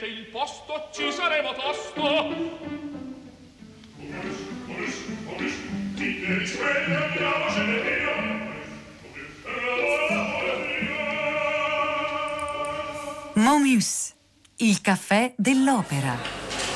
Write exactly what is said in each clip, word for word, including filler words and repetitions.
il posto ci saremo tosto. Momus, il caffè dell'opera.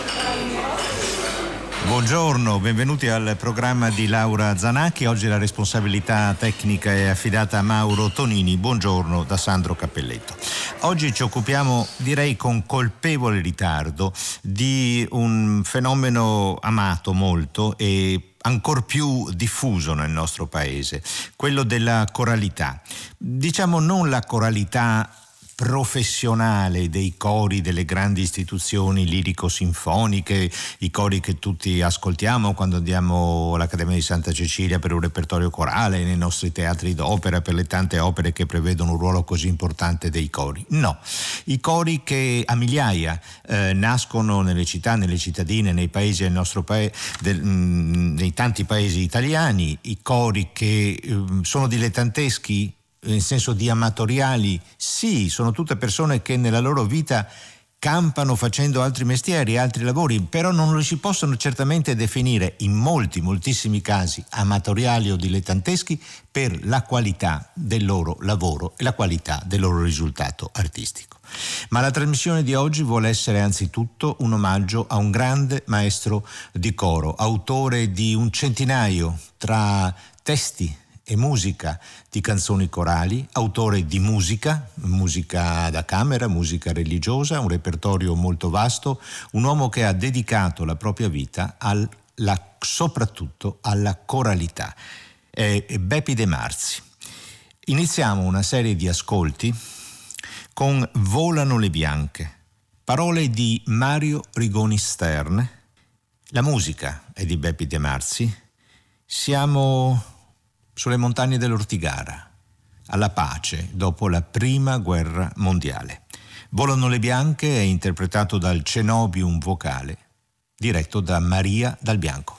Buongiorno, benvenuti al programma di Laura Zanacchi. Oggi la responsabilità tecnica è affidata a Mauro Tonini. Buongiorno da Sandro Cappelletto. Oggi ci occupiamo, direi con colpevole ritardo, di un fenomeno amato molto e ancor più diffuso nel nostro paese, quello della coralità. Diciamo non la coralità professionale dei cori delle grandi istituzioni lirico-sinfoniche, i cori che tutti ascoltiamo quando andiamo all'Accademia di Santa Cecilia per un repertorio corale, nei nostri teatri d'opera per le tante opere che prevedono un ruolo così importante dei cori. No, i cori che a migliaia eh, nascono nelle città, nelle cittadine, nei paesi del nostro paese, del, mh, nei tanti paesi italiani, i cori che eh, sono dilettanteschi, nel senso di amatoriali, sì, sono tutte persone che nella loro vita campano facendo altri mestieri, altri lavori, però non li si possono certamente definire in molti, moltissimi casi amatoriali o dilettanteschi per la qualità del loro lavoro e la qualità del loro risultato artistico. Ma la trasmissione di oggi vuole essere anzitutto un omaggio a un grande maestro di coro, autore di un centinaio tra testi e musica di canzoni corali, autore di musica, musica da camera, musica religiosa, un repertorio molto vasto, un uomo che ha dedicato la propria vita al, la, soprattutto alla coralità. È, è Bepi De Marzi. Iniziamo una serie di ascolti con Volano le bianche, parole di Mario Rigoni Stern, la musica è di Bepi De Marzi. Siamo sulle montagne dell'Ortigara, alla pace dopo la prima guerra mondiale. Volano le bianche è interpretato dal Cenobium vocale, diretto da Maria Dal Bianco.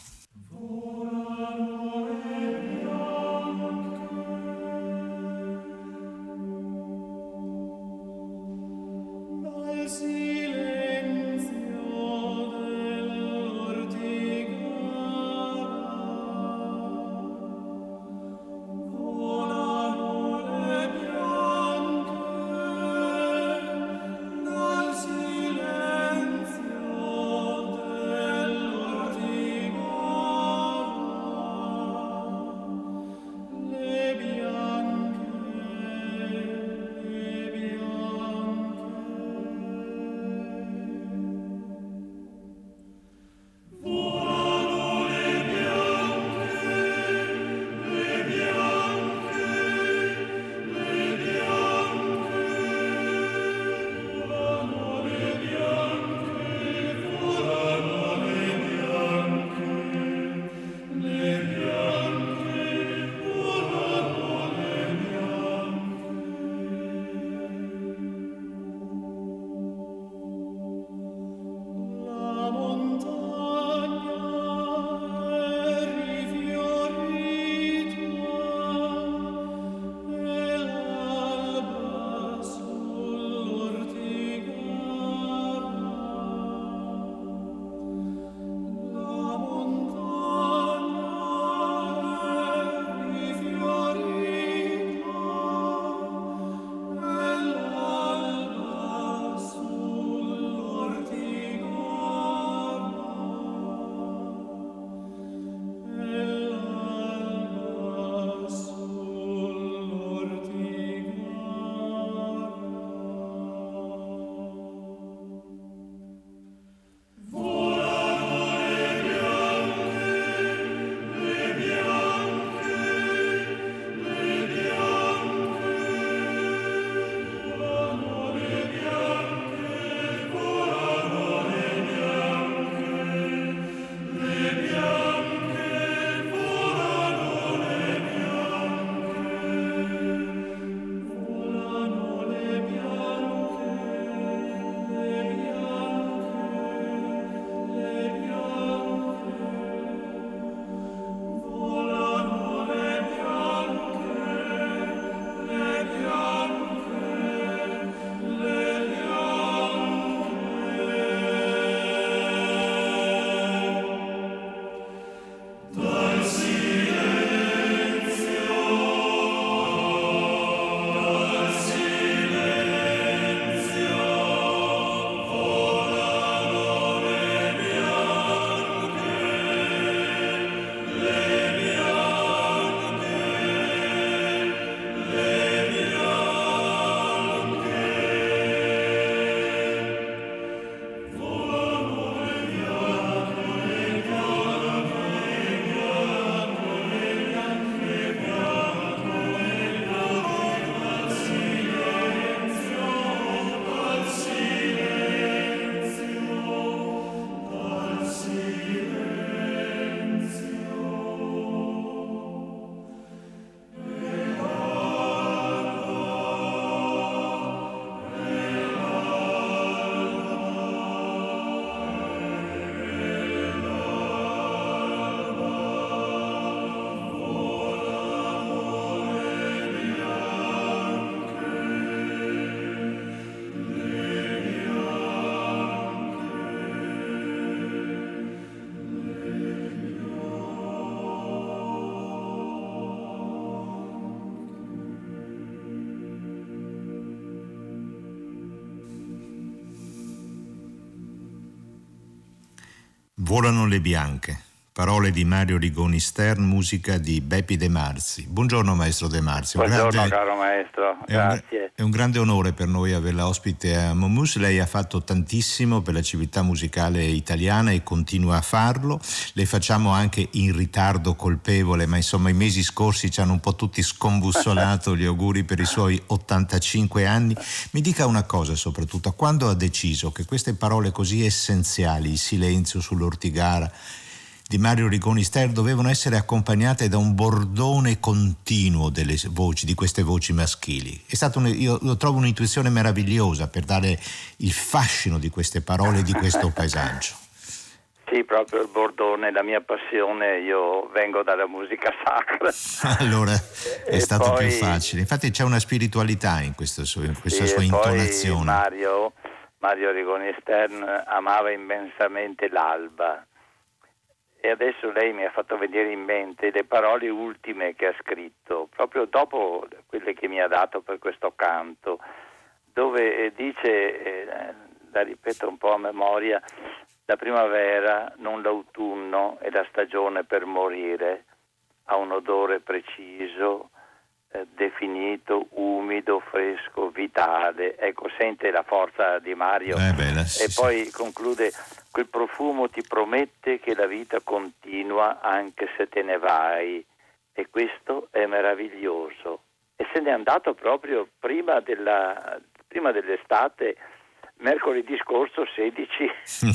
Silenzio dell'ortiga Volano le bianche. Parole di Mario Rigoni Stern, musica di Beppi De Marzi. Buongiorno maestro De Marzi. Un Buongiorno grande, caro maestro, è un, grazie. è un grande onore per noi averla ospite a Momus. Lei ha fatto tantissimo per la civiltà musicale italiana e continua a farlo. Le facciamo anche in ritardo colpevole, ma insomma i mesi scorsi ci hanno un po' tutti scombussolato. Gli auguri per i suoi ottantacinque anni. Mi dica una cosa soprattutto, quando ha deciso che queste parole così essenziali, il silenzio sull'ortigara di Mario Rigoni Stern, dovevano essere accompagnate da un bordone continuo delle voci, di queste voci maschili. È stato un, io lo trovo un'intuizione meravigliosa per dare il fascino di queste parole e di questo paesaggio. Sì, proprio il bordone, la mia passione, io vengo dalla musica sacra. Allora è e stato poi, più facile. Infatti c'è una spiritualità in questa sua, in questa sì, sua e poi intonazione. Mario, Mario Rigoni Stern amava immensamente l'alba. E adesso lei mi ha fatto venire in mente le parole ultime che ha scritto, proprio dopo quelle che mi ha dato per questo canto, dove dice, eh, la ripeto un po' a memoria: la primavera, non l'autunno, è la stagione per morire, ha un odore preciso, eh, definito, umido, fresco, vitale. Ecco, sente la forza di Mario. Eh, bella, sì, e sì. poi conclude: quel profumo ti promette che la vita continua anche se te ne vai, e questo è meraviglioso. E se n'è andato proprio prima della prima dell'estate, mercoledì scorso sedici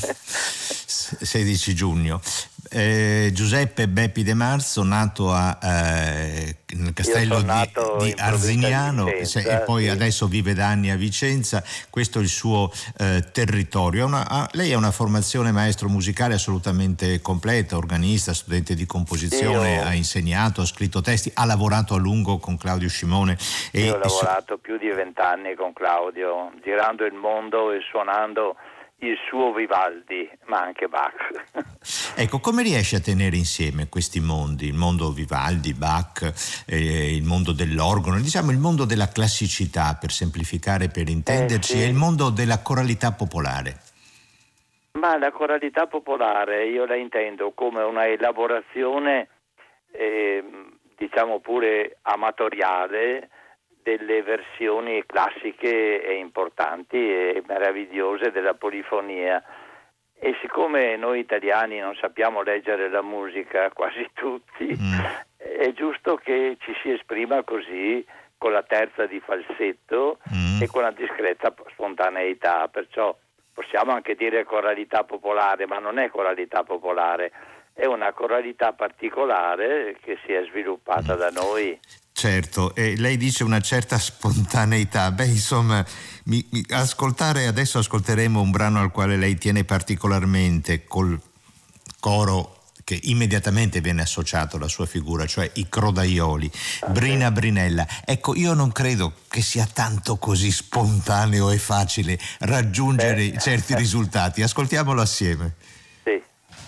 sedici giugno. Eh, Giuseppe Beppi De Marzo, nato a, eh, nel castello di, di Arzignano, di Vicenza, e poi sì. adesso vive da anni a Vicenza. Questo è il suo eh, territorio. Una, ha, lei ha una formazione maestro musicale assolutamente completa, organista, studente di composizione, Io, ha insegnato, ha scritto testi, ha lavorato a lungo con Claudio Scimone. E, io ho e lavorato più di vent'anni con Claudio, girando il mondo e suonando il suo Vivaldi, ma anche Bach. Ecco, come riesce a tenere insieme questi mondi, il mondo Vivaldi, Bach, eh, il mondo dell'organo, diciamo il mondo della classicità, per semplificare, per intenderci, eh sì. e il mondo della coralità popolare? Ma la coralità popolare io la intendo come una elaborazione, eh, diciamo pure amatoriale, delle versioni classiche e importanti e meravigliose della polifonia. E siccome noi italiani non sappiamo leggere la musica, quasi tutti, mm. è giusto che ci si esprima così, con la terza di falsetto mm. e con la discreta spontaneità. Perciò possiamo anche dire coralità popolare, ma non è coralità popolare, è una coralità particolare che si è sviluppata mm. da noi. Certo, e lei dice una certa spontaneità. Beh, insomma, mi, mi, ascoltare adesso ascolteremo un brano al quale lei tiene particolarmente, col coro che immediatamente viene associato alla sua figura, cioè i Crodaioli, ah, Brina sì. Brinella. Ecco, io non credo che sia tanto così spontaneo e facile raggiungere eh. certi risultati. Ascoltiamolo assieme. Sì.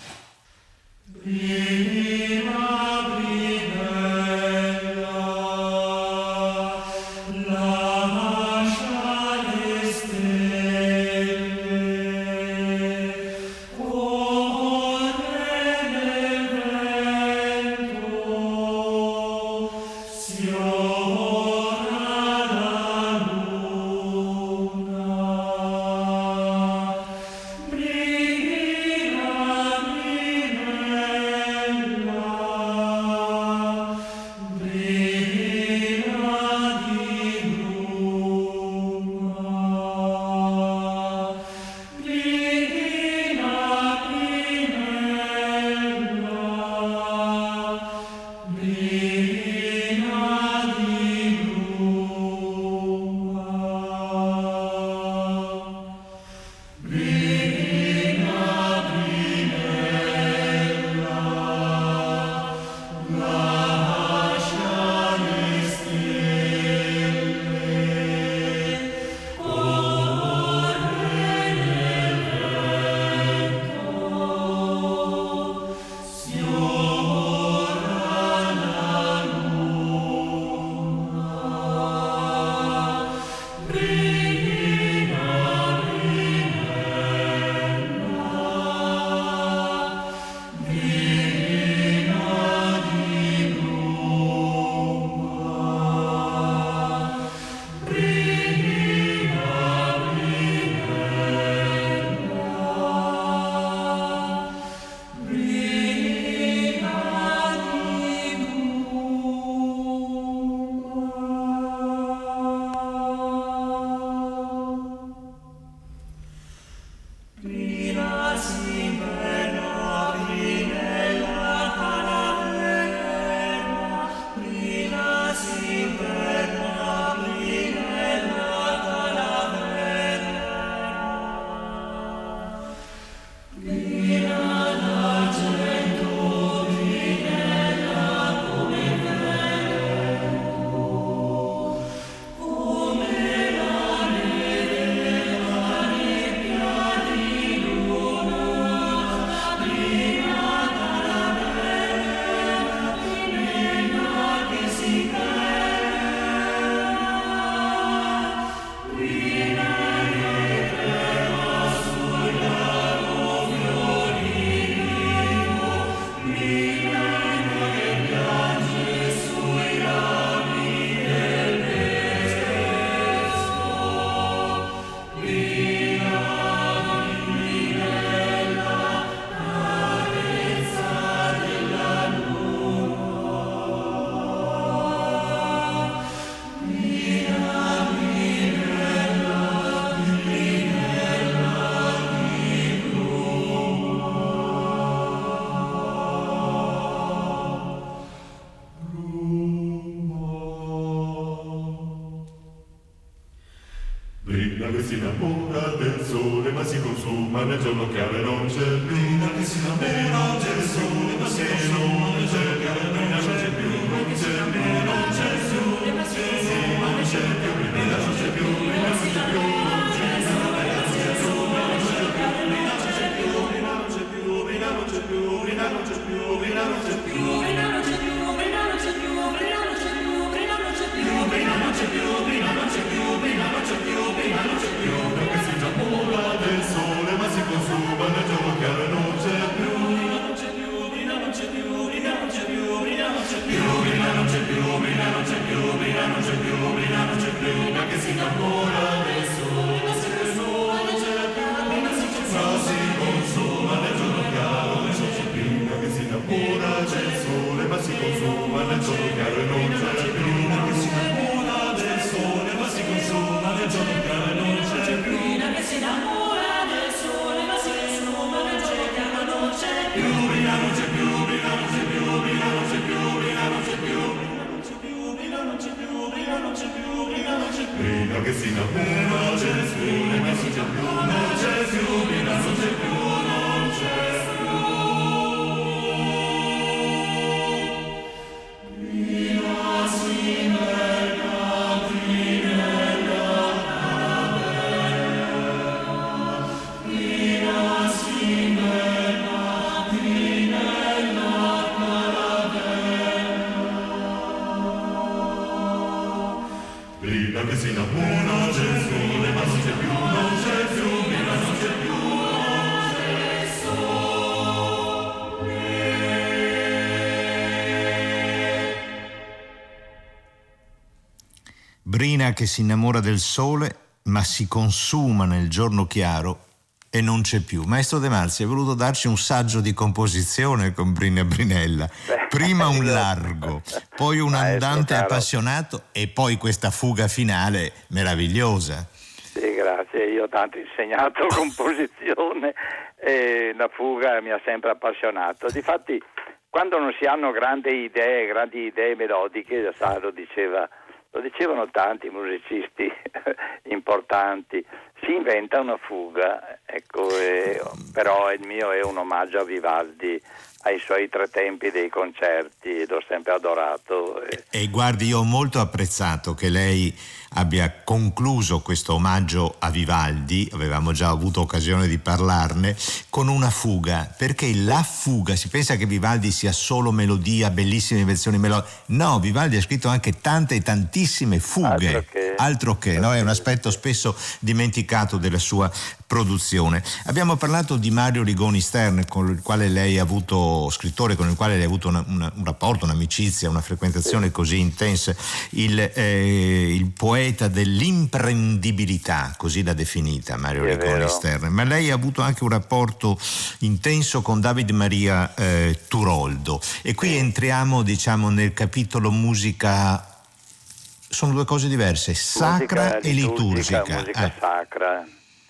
Brina, Brina. Brina, Brinella. si innamora del sole ma si consuma nel giorno chiaro e non c'è più. Brina che si innamora del sole ma si consuma nel giorno chiaro e non c'è più. Non c'è più, non c'è più, non c'è più, non c'è più, Brina non c'è più, Brina non c'è più, non c'è più, Brina non c'è più, non c'è più, Brina non c'è più, Brina non c'è più, Brina non c'è più, Brina non c'è più, Brina non c'è più, Brina non c'è più, Brina non c'è più, Brina non c'è più, Brina non c'è più, Brina non c'è più, Brina non c'è più, Brina non c'è più, perché si innamora del sole ma si consuma nel giorno chiaro e non c'è più. Brina non c'è più, Brina non c'è più, Brina non c'è più, Brina non c'è più, Brina non c'è più, Brina non c'è più, Brina non c'è più, Brina non c'è più, perché si innamora del sole ma si consuma nel giorno chiaro e non c'è più. Si consuma nel giorno chiaro e non c'è più, perché si innamora del sole ma si consuma nel giorno chiaro e non c'è più. Perché si innamora del sole ma si consuma nel giorno chiaro e non c'è più. Perché si innamora del sole ma si consuma nel giorno chiaro e non c'è più. Brina non c'è più, Brina non c'è più, Brina non c'è più, Brina non c'è più, Brina non c'è più, Brina non c'è più, Brina non c'è più, Brina che si innamora del sole ma si c'è più, non c'è più, Brina non c'è più, non c'è più. Brina si merga, Brinella Carabella, Brina si merga, Brinella Carabella, Brina che si innamora del sole ma non c'è più, non c'è più, Brina non c'è più, non c'è sole. Brina che si innamora del sole ma si consuma nel giorno chiaro e non c'è più. Maestro De Marzi ha voluto darci un saggio di composizione con Brina Brinella. Prima un largo, poi un andante appassionato e poi questa fuga finale meravigliosa. Sì, grazie. Io ho tanto insegnato composizione e la fuga mi ha sempre appassionato. Difatti, quando non si hanno grandi idee, grandi idee melodiche, sa, lo diceva, lo dicevano tanti musicisti importanti, si inventa una fuga, ecco, eh, però il mio è un omaggio a Vivaldi, ai suoi tre tempi dei concerti, l'ho sempre adorato. E, e guardi, io ho molto apprezzato che lei abbia concluso questo omaggio a Vivaldi, avevamo già avuto occasione di parlarne, con una fuga, perché la fuga, si pensa che Vivaldi sia solo melodia, bellissime invenzioni melodiche, no, Vivaldi ha scritto anche tante e tantissime fughe, altro che, altro che no? È un aspetto spesso dimenticato della sua produzione. Abbiamo parlato di Mario Rigoni Stern, con il quale lei ha avuto, scrittore con il quale lei ha avuto una, una, un rapporto, un'amicizia, una frequentazione così intensa, il, eh, il poeta dell'imprendibilità, così l'ha definita Mario Rigoni Stern, ma lei ha avuto anche un rapporto intenso con David Maria eh, Turoldo, e qui entriamo, diciamo, nel capitolo musica. Sono due cose diverse, sacra e liturgica. Musica eh. sacra.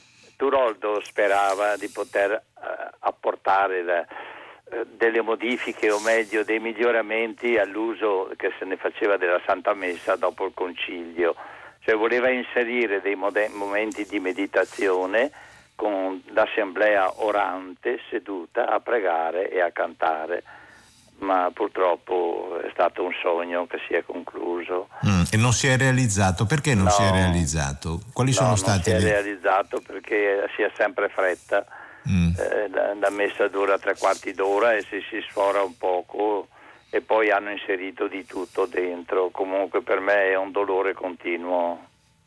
Turoldo sperava di poter eh, apportare la, eh, delle modifiche, o meglio dei miglioramenti all'uso che se ne faceva della Santa Messa dopo il Concilio, cioè voleva inserire dei moden- momenti di meditazione con l'assemblea orante seduta a pregare e a cantare, ma purtroppo è stato un sogno che si è concluso. Mm, e non si è realizzato. Perché non no, si è realizzato? Quali no, sono stati? Non si è le... realizzato perché si è sempre fretta. Mm. Eh, la, la messa dura tre quarti d'ora e si, si sfora un poco, e poi hanno inserito di tutto dentro. Comunque per me è un dolore continuo.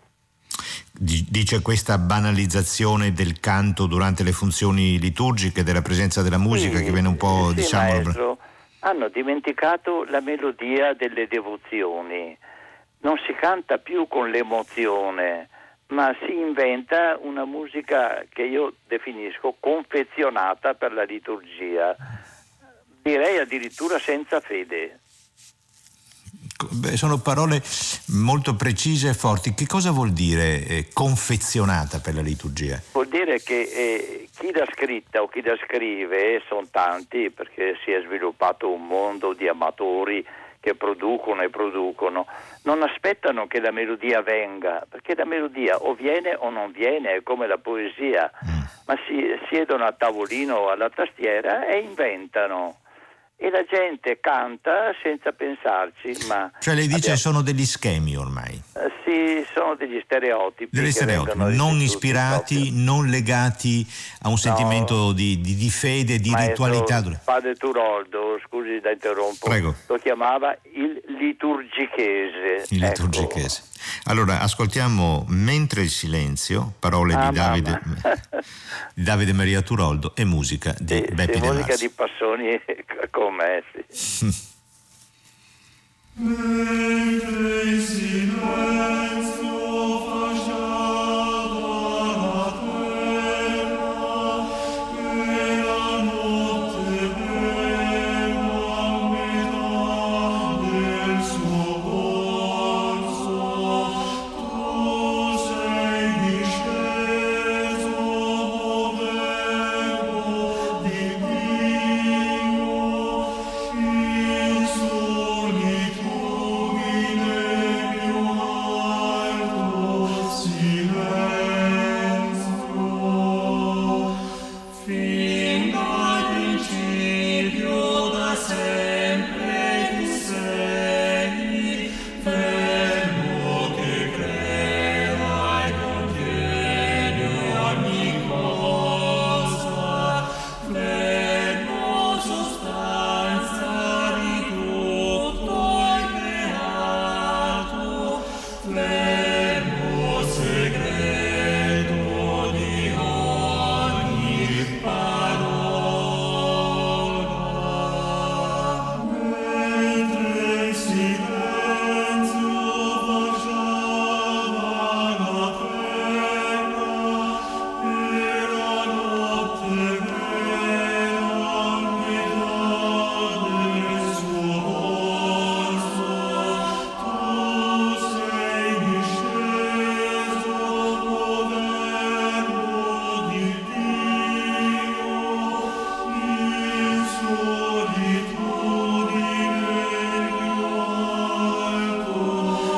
Dice questa banalizzazione del canto durante le funzioni liturgiche, della presenza della musica, sì, che viene un po', sì, diciamo... Maestro, hanno dimenticato la melodia delle devozioni, non si canta più con l'emozione, ma si inventa una musica che io definisco confezionata per la liturgia, direi addirittura senza fede. Beh, sono parole molto precise e forti. Che cosa vuol dire eh, confezionata per la liturgia? Vuol dire che eh, chi l'ha scritta o chi la scrive, sono tanti, perché si è sviluppato un mondo di amatori che producono e producono, non aspettano che la melodia venga, perché la melodia o viene o non viene, è come la poesia, ma si siedono a tavolino o alla tastiera e inventano. E la gente canta senza pensarci, ma cioè lei dice abbiamo... sono degli schemi ormai. Eh, sì, sono degli stereotipi. Degli stereotipi, non ispirati, proprio. Non legati a un sentimento no. di, di, di fede, di Maestro, ritualità. Padre Turoldo, scusi da interrompo, Prego. Lo chiamava il liturgichese. Il ecco. liturgichese. Allora, ascoltiamo Mentre il silenzio, parole ah, di, Davide, di Davide Maria Turoldo e musica di sì, Beppi sì, De musica Marsi. di Passoni con me, sì. Mentre il silenzio fasciava la terra e la notte bella a metà del suo corso, tu sei disceso verbo di Dio in solitudine più alto silenzio, fin dal principio da sempre tu sei verbo che crea e contiene ogni cosa, verbo sostanza di tutto il creato, verbo segreto di ogni parola. Mentre il silenzio fasciava la terra e la notte bella a metà del suo corso, tu sei disceso verbo di Dio in solitudine più alto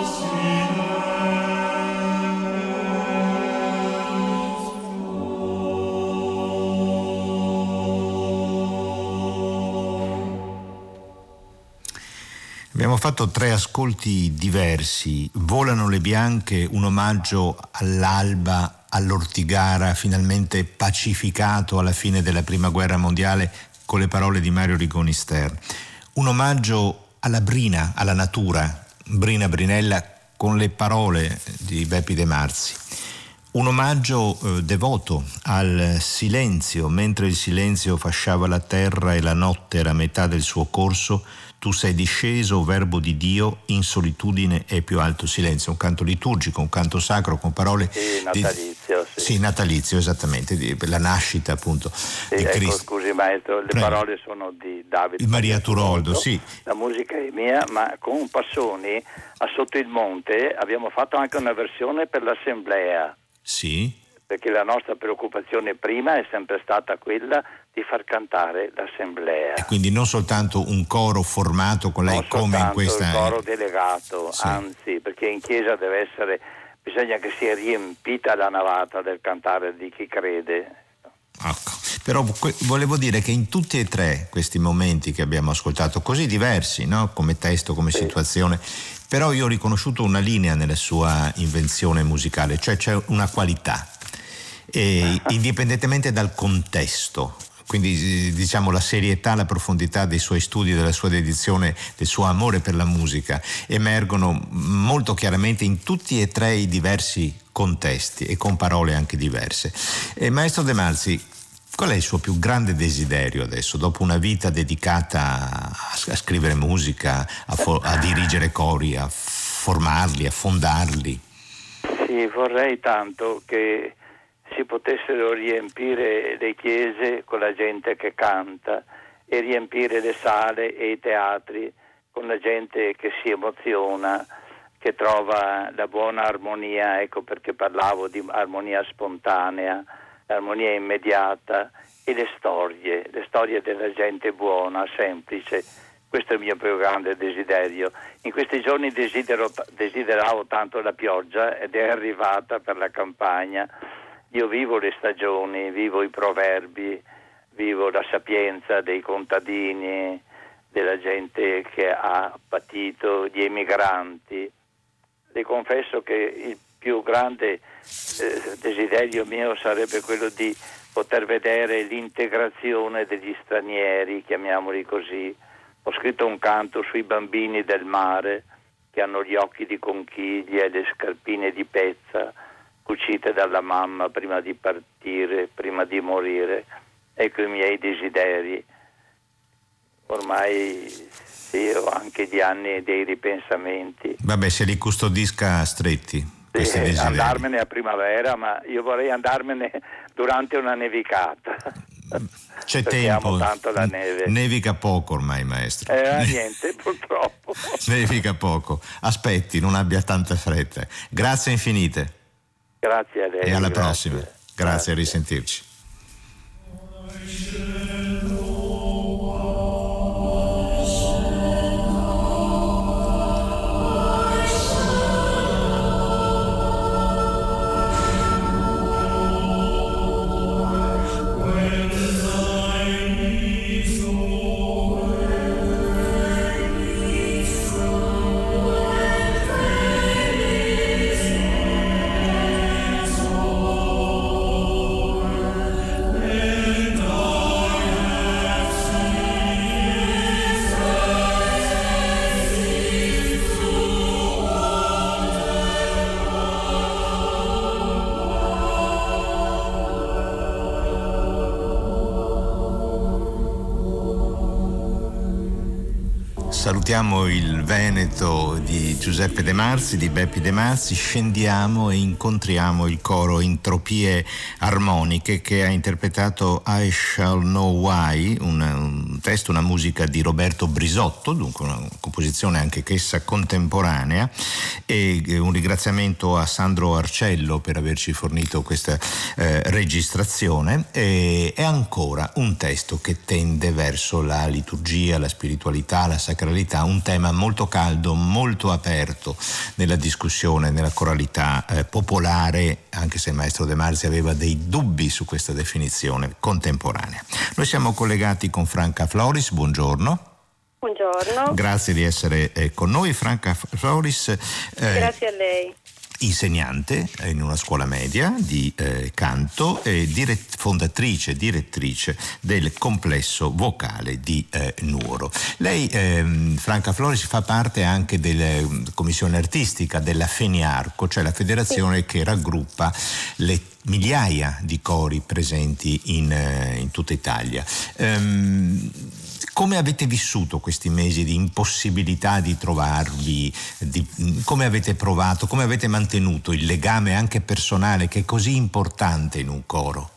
Abbiamo fatto tre ascolti diversi. Volano le bianche, un omaggio all'alba, all'ortigara, finalmente pacificato alla fine della Prima Guerra Mondiale con le parole di Mario Rigoni Stern. Un omaggio alla Brina, alla natura, Brina Brinella, con le parole di Beppi De Marsi. Un omaggio eh, devoto al silenzio, mentre il silenzio fasciava la terra e la notte era a metà del suo corso, tu sei disceso, verbo di Dio, in solitudine e più alto silenzio. Un canto liturgico, un canto sacro con parole Sì, natalizio, di... sì. Sì, natalizio, esattamente, di... per la nascita appunto Sì, di ecco, Cristo. scusi maestro, le Prego. parole sono di Davide Maria Turoldo, sì. La musica è mia, ma con Passoni a Sotto il Monte abbiamo fatto anche una versione per l'assemblea. Sì. Perché la nostra preoccupazione prima è sempre stata quella di far cantare l'assemblea. E quindi non soltanto un coro formato con lei non come in questa... il coro delegato, sì. Anzi, perché in chiesa deve essere, bisogna che sia riempita la navata del cantare di chi crede. Ecco. Però que- volevo dire che in tutti e tre questi momenti che abbiamo ascoltato, così diversi, no? Come testo, come sì. situazione, però io ho riconosciuto una linea nella sua invenzione musicale, cioè c'è una qualità, e indipendentemente dal contesto. Quindi diciamo la serietà, la profondità dei suoi studi, della sua dedizione, del suo amore per la musica emergono molto chiaramente in tutti e tre i diversi contesti e con parole anche diverse. E Maestro De Marsi, qual è il suo più grande desiderio adesso, dopo una vita dedicata a, a scrivere musica, a, fo- a dirigere cori, a formarli, a fondarli? Sì, vorrei tanto che si potessero riempire le chiese con la gente che canta e riempire le sale e i teatri con la gente che si emoziona, che trova la buona armonia. Ecco perché parlavo di armonia spontanea, armonia immediata, e le storie, le storie della gente buona, semplice, Questo è il mio più grande desiderio. In questi giorni desidero, desideravo tanto la pioggia ed è arrivata per la campagna. Io vivo le stagioni, vivo i proverbi, vivo la sapienza dei contadini, della gente che ha patito, gli emigranti. Le confesso che il più grande eh, desiderio mio sarebbe quello di poter vedere l'integrazione degli stranieri, chiamiamoli così. Ho scritto un canto sui bambini del mare che hanno gli occhi di conchiglia e le scarpine di pezza cucite dalla mamma prima di partire, prima di morire. Ecco i miei desideri. Ormai sì, ho anche di anni dei ripensamenti. Vabbè, se li custodisca stretti. Sì, andarmene a primavera, ma io vorrei andarmene durante una nevicata. C'è Perché tempo. amo tanto la neve. Nevica poco ormai, maestro. Eh, niente, purtroppo. Nevica poco. Aspetti, non abbia tanta fretta. Grazie infinite. Grazie a lei. E alla grazie. prossima. Grazie, grazie, a risentirci. Salutiamo il Veneto di Giuseppe De Marzi, di Beppi De Marzi, scendiamo e incontriamo il coro Entropie Armoniche che ha interpretato I Shall Know Why, un, un testo, una musica di Roberto Brisotto, dunque una composizione anche chessa contemporanea, e un ringraziamento a Sandro Arcello per averci fornito questa eh, registrazione, e, e ancora un testo che tende verso la liturgia, la spiritualità, la sacralità, un tema molto caldo, molto aperto nella discussione, nella coralità eh, popolare, anche se il maestro De Marzi aveva dei dubbi su questa definizione contemporanea. Noi siamo collegati con Franca Floris, buongiorno. Buongiorno. Grazie di essere eh, con noi. Franca Floris, eh, grazie a lei. Insegnante in una scuola media di eh, canto e dirett- fondatrice, direttrice del complesso vocale di eh, Nuoro. Lei, ehm, Franca Floris, fa parte anche della commissione artistica della FENIARCO, cioè la federazione sì. che raggruppa le migliaia di cori presenti in, eh, in tutta Italia. Ehm, Come avete vissuto questi mesi di impossibilità di trovarvi? Di, come avete provato, come avete mantenuto il legame anche personale che è così importante in un coro?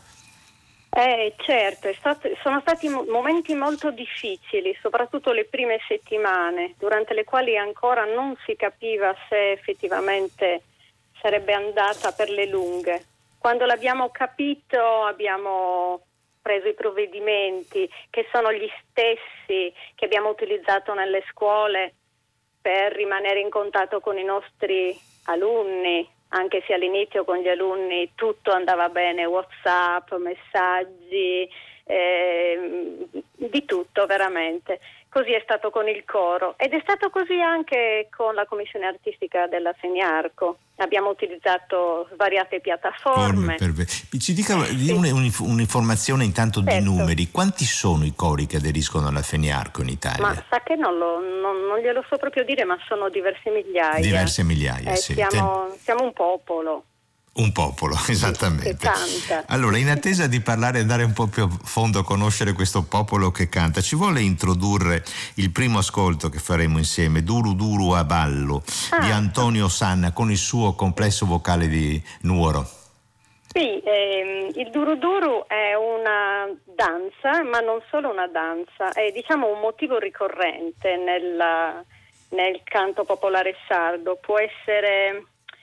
Eh, certo, è stato, sono stati momenti molto difficili, soprattutto le prime settimane, durante le quali ancora non si capiva se effettivamente sarebbe andata per le lunghe. Quando l'abbiamo capito abbiamo preso i provvedimenti che sono gli stessi che abbiamo utilizzato nelle scuole per rimanere in contatto con i nostri alunni, anche se all'inizio con gli alunni tutto andava bene, WhatsApp, messaggi, eh, di tutto veramente. Così è stato con il coro ed è stato così anche con la commissione artistica della FENIARCO. Abbiamo utilizzato svariate piattaforme. Per... Ci dica sì. un'informazione intanto certo. di numeri. Quanti sono i cori che aderiscono alla FENIARCO in Italia? Ma sa che non, lo, non, non glielo so proprio dire, ma sono diverse migliaia. Diverse migliaia, eh, sì. Siamo, Ten... siamo un popolo. Un popolo, esattamente. Che allora, in attesa di parlare e andare un po' più a fondo a conoscere questo popolo che canta, ci vuole introdurre il primo ascolto che faremo insieme, Duru Duru a ballo, ah. di Antonio Sanna, con il suo complesso vocale di Nuoro. Sì, ehm, il Duru Duru è una danza, ma non solo una danza, è diciamo un motivo ricorrente nel, nel canto popolare sardo. Può essere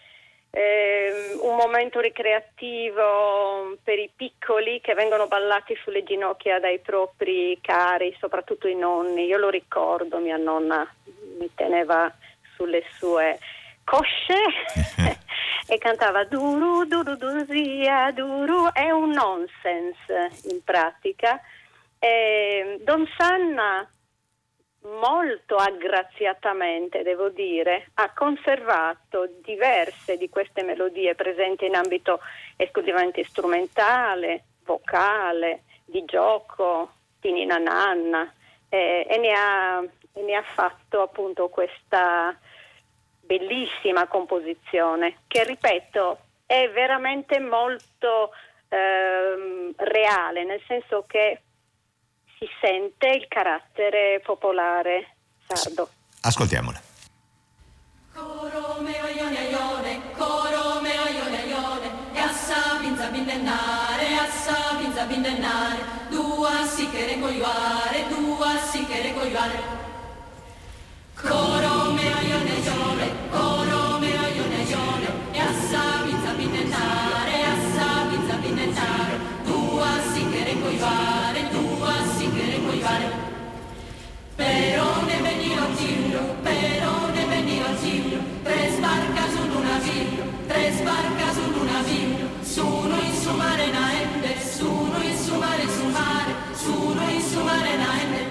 eh, un momento ricreativo per i piccoli che vengono ballati sulle ginocchia dai propri cari, soprattutto i nonni. Io lo ricordo, mia nonna mi teneva sulle sue cosce e cantava duru duru duzia duru, è un nonsense in pratica. E Don Sanna molto aggraziatamente, devo dire, ha conservato diverse di queste melodie presenti in ambito esclusivamente strumentale, vocale, di gioco, di ninna nanna, eh, e, ne ha, e ne ha fatto appunto questa bellissima composizione che, ripeto, è veramente molto ehm, reale, nel senso che si sente il carattere popolare sardo. Ascoltiamola. Coro meo ione ione, coro meo ione ione, e assa vinza bindennare, assa vinza bindennare, dua si che recogliare, dua si che recogliare. Coro meo ione ione, coro meo ione ione, e assa vinza bindennare, assa vinza bindennare, dua si che recogliare, dua si che recogliare. Però ne veniva Gillo, però ne veniva Gillo, tre sbarca su un navio, tre sbarca su un navio, suno in su mare naende, suno in su mare su mare, suno in su mare naende.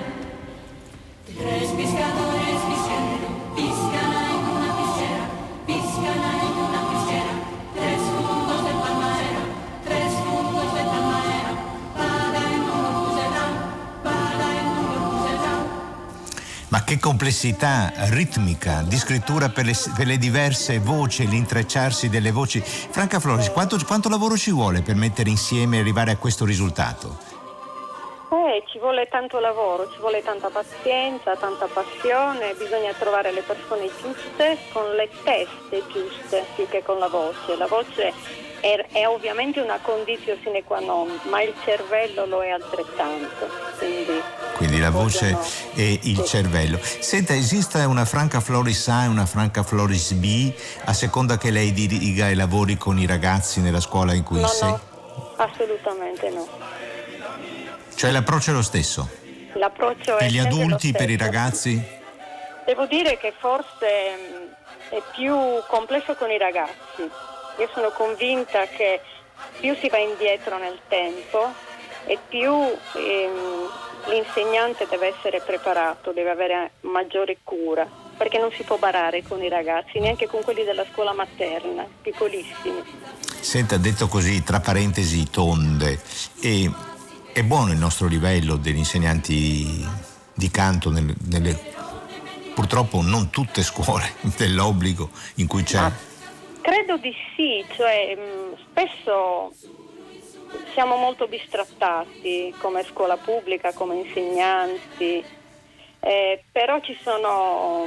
Tres pescadores pisciendo, piscana in una piscera, piscana in una piscera, tres fungos del palmaero, tres fungos del palmaero, pada in uno pusetán, pada in uno pusetán. Ma che complessità ritmica di scrittura per le, per le diverse voci, l'intrecciarsi delle voci. Franca Floris, quanto, quanto lavoro ci vuole per mettere insieme e arrivare a questo risultato? Eh, ci vuole tanto lavoro, ci vuole tanta pazienza, tanta passione, bisogna trovare le persone giuste con le teste giuste più che con la voce. La voce è, è ovviamente una condizione sine qua non, ma il cervello lo è altrettanto. Quindi, Quindi la voce vogliono... e il sì. cervello. Senta, esiste una Franca Floris A e una Franca Floris B a seconda che lei diriga i lavori con i ragazzi nella scuola in cui No, sei? no, assolutamente no. Cioè l'approccio è lo stesso? L'approccio Per è gli sempre lo adulti, per i stesso. ragazzi? Devo dire che forse mh, è più complesso con i ragazzi. Io sono convinta che più si va indietro nel tempo e più ehm, l'insegnante deve essere preparato, deve avere maggiore cura, perché non si può barare con i ragazzi, neanche con quelli della scuola materna, piccolissimi. Senta, detto così, tra parentesi tonde, e è buono il nostro livello degli insegnanti di canto nelle, nelle purtroppo non tutte scuole dell'obbligo in cui c'è? Ah, credo di sì, cioè mh, spesso siamo molto bistrattati come scuola pubblica, come insegnanti, eh, però ci sono...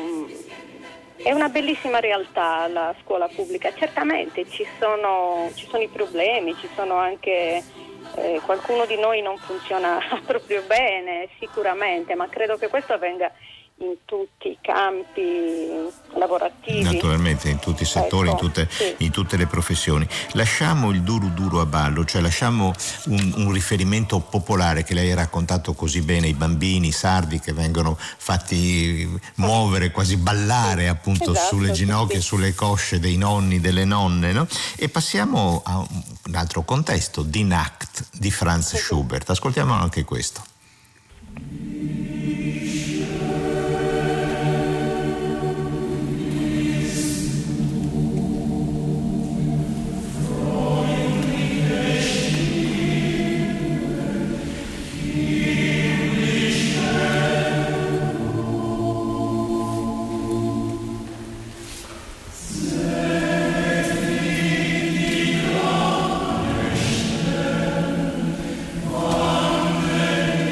È una bellissima realtà la scuola pubblica, certamente ci sono, ci sono i problemi, ci sono anche... Eh, qualcuno di noi non funziona proprio bene, sicuramente, ma credo che questo avvenga in tutti i campi lavorativi. Naturalmente, in tutti i settori, ecco, in, tutte, sì. in tutte le professioni. Lasciamo il duru duru a ballo, cioè lasciamo un, un riferimento popolare che lei ha raccontato così bene, i bambini sardi che vengono fatti muovere, quasi ballare appunto Esatto, sulle ginocchia, sì. sulle cosce dei nonni, delle nonne, no? E passiamo a un altro contesto, Die Nacht di Franz Schubert. Ascoltiamo anche questo. Amen.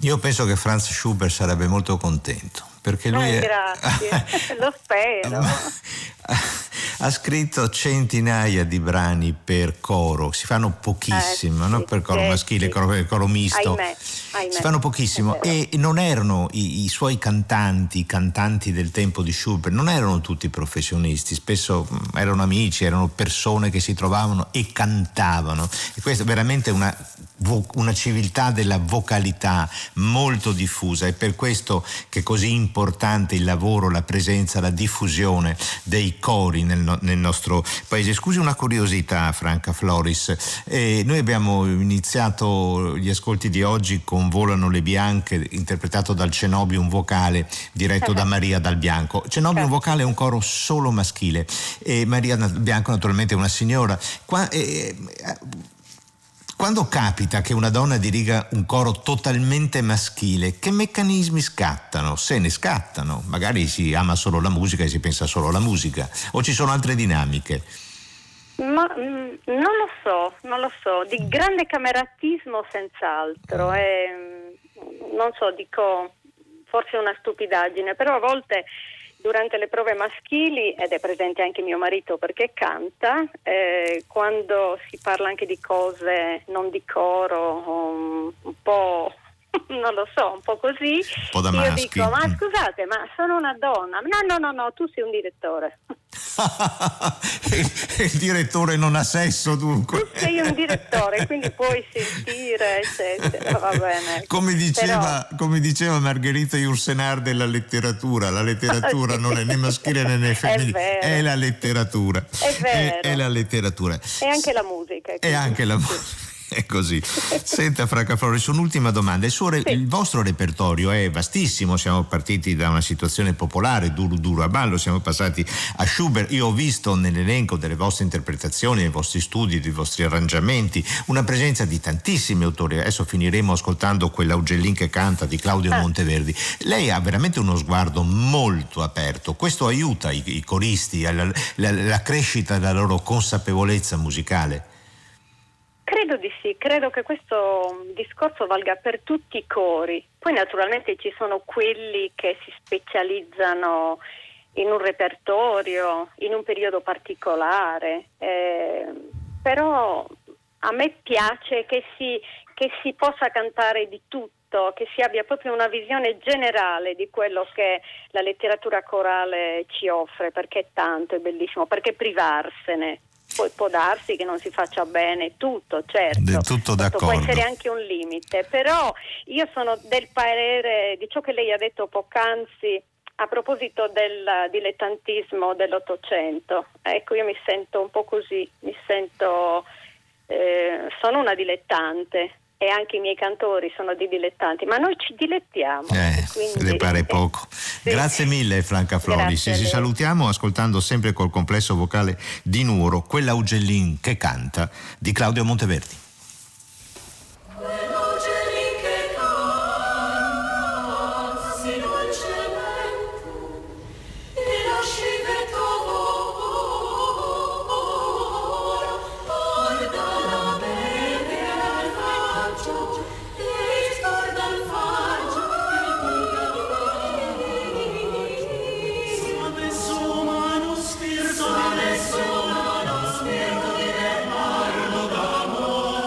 Io penso che Franz Schubert sarebbe molto contento, perché lui Eh, è... grazie, lo spero. ha scritto centinaia di brani per coro, si fanno pochissimo, Eh, no? sì, Per coro sì, maschile, sì. coro, coro misto, Ahimè, ahimè. si fanno pochissimo, È vero. e non erano i, i suoi cantanti, i cantanti del tempo di Schubert, non erano tutti professionisti, spesso mh, erano amici, erano persone che si trovavano e cantavano, e questa è veramente una vo- una civiltà della vocalità molto diffusa, è per questo che è così importante il lavoro, la presenza, la diffusione dei cori nel, no- nel nostro paese. Scusi una curiosità, Franca Floris, eh, noi abbiamo iniziato gli ascolti di oggi con Volano le bianche, interpretato dal Cenobium vocale diretto da Maria Dal Bianco. Cenobium vocale è un coro solo maschile e Maria Dal Bianco naturalmente è una signora. Qua, eh, Quando capita che una donna diriga un coro totalmente maschile, che meccanismi scattano? Se ne scattano, magari si ama solo la musica e si pensa solo alla musica, o ci sono altre dinamiche? Ma mh, non lo so, non lo so, di grande cameratismo senz'altro, e, mh, non so, dico forse una stupidaggine, però a volte durante le prove maschili, ed è presente anche mio marito perché canta, eh, quando si parla anche di cose non di coro, um, un po', non lo so, un po' così, Un po' da io maschi. dico, ma scusate, ma sono una donna. No, no, no, no, tu sei un direttore. il, il direttore non ha sesso, dunque. Tu sei un direttore, quindi puoi sentire, eccetera, va bene. Come diceva, Però- come diceva Margherita Yourcenar della letteratura, la letteratura Sì. non è né maschile né femminile, vero. è la letteratura. È vero. È, è la letteratura. E anche la musica. E quindi. anche la musica. È così. Senta, Franca Floris, un'ultima domanda. Il, suo re- Sì. il vostro repertorio è vastissimo, siamo partiti da una situazione popolare, duro duro a ballo, siamo passati a Schubert. Io ho visto nell'elenco delle vostre interpretazioni, dei vostri studi, dei vostri arrangiamenti, una presenza di tantissimi autori. Adesso finiremo ascoltando quell'Augellin che canta di Claudio Ah. Monteverdi. Lei ha veramente uno sguardo molto aperto. Questo aiuta i, i coristi alla la, la crescita della loro consapevolezza musicale? Credo di sì, credo che questo discorso valga per tutti i cori. Poi naturalmente ci sono quelli che si specializzano in un repertorio, in un periodo particolare, eh, però a me piace che si, che si possa cantare di tutto, che si abbia proprio una visione generale di quello che la letteratura corale ci offre, perché è tanto, è bellissimo, perché privarsene? Poi può darsi che non si faccia bene tutto, certo. Del tutto Questo d'accordo. può essere anche un limite, però io sono del parere di ciò che lei ha detto poc'anzi a proposito del dilettantismo dell'Ottocento. Ecco, io mi sento un po' così, mi sento, eh, sono una dilettante e anche i miei cantori sono dei dilettanti, ma noi ci dilettiamo. Eh, quindi- le pare poco. Sì. Grazie mille, Franca Floris. Grazie a Ci lei. salutiamo ascoltando sempre col complesso vocale di Nuoro, quell'Augellin che canta di Claudio Monteverdi. Spirito di Leonardo d'amore.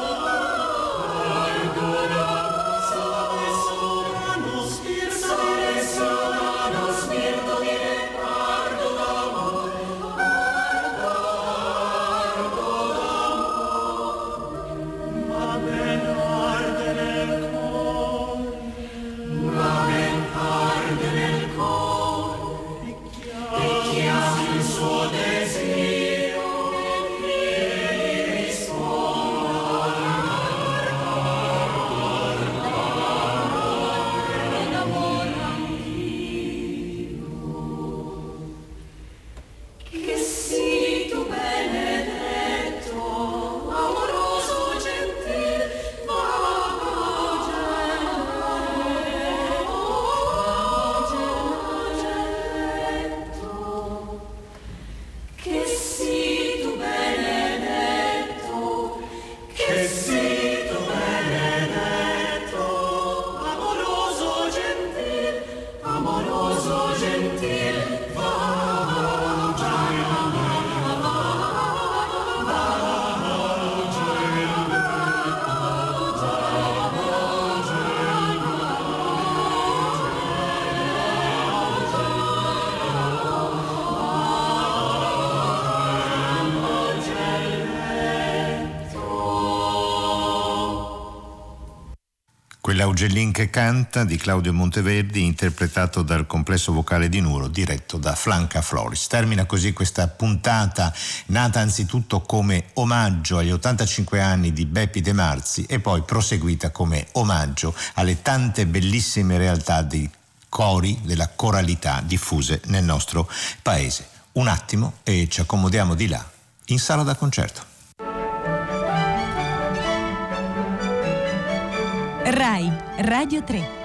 L'Augellin che canta di Claudio Monteverdi, interpretato dal complesso vocale di Nuoro, diretto da Flanca Floris. Termina così questa puntata, nata anzitutto come omaggio agli ottantacinque anni di Beppi De Marzi e poi proseguita come omaggio alle tante bellissime realtà di cori, della coralità diffuse nel nostro paese. Un attimo e ci accomodiamo di là, in sala da concerto. Rai Radio tre.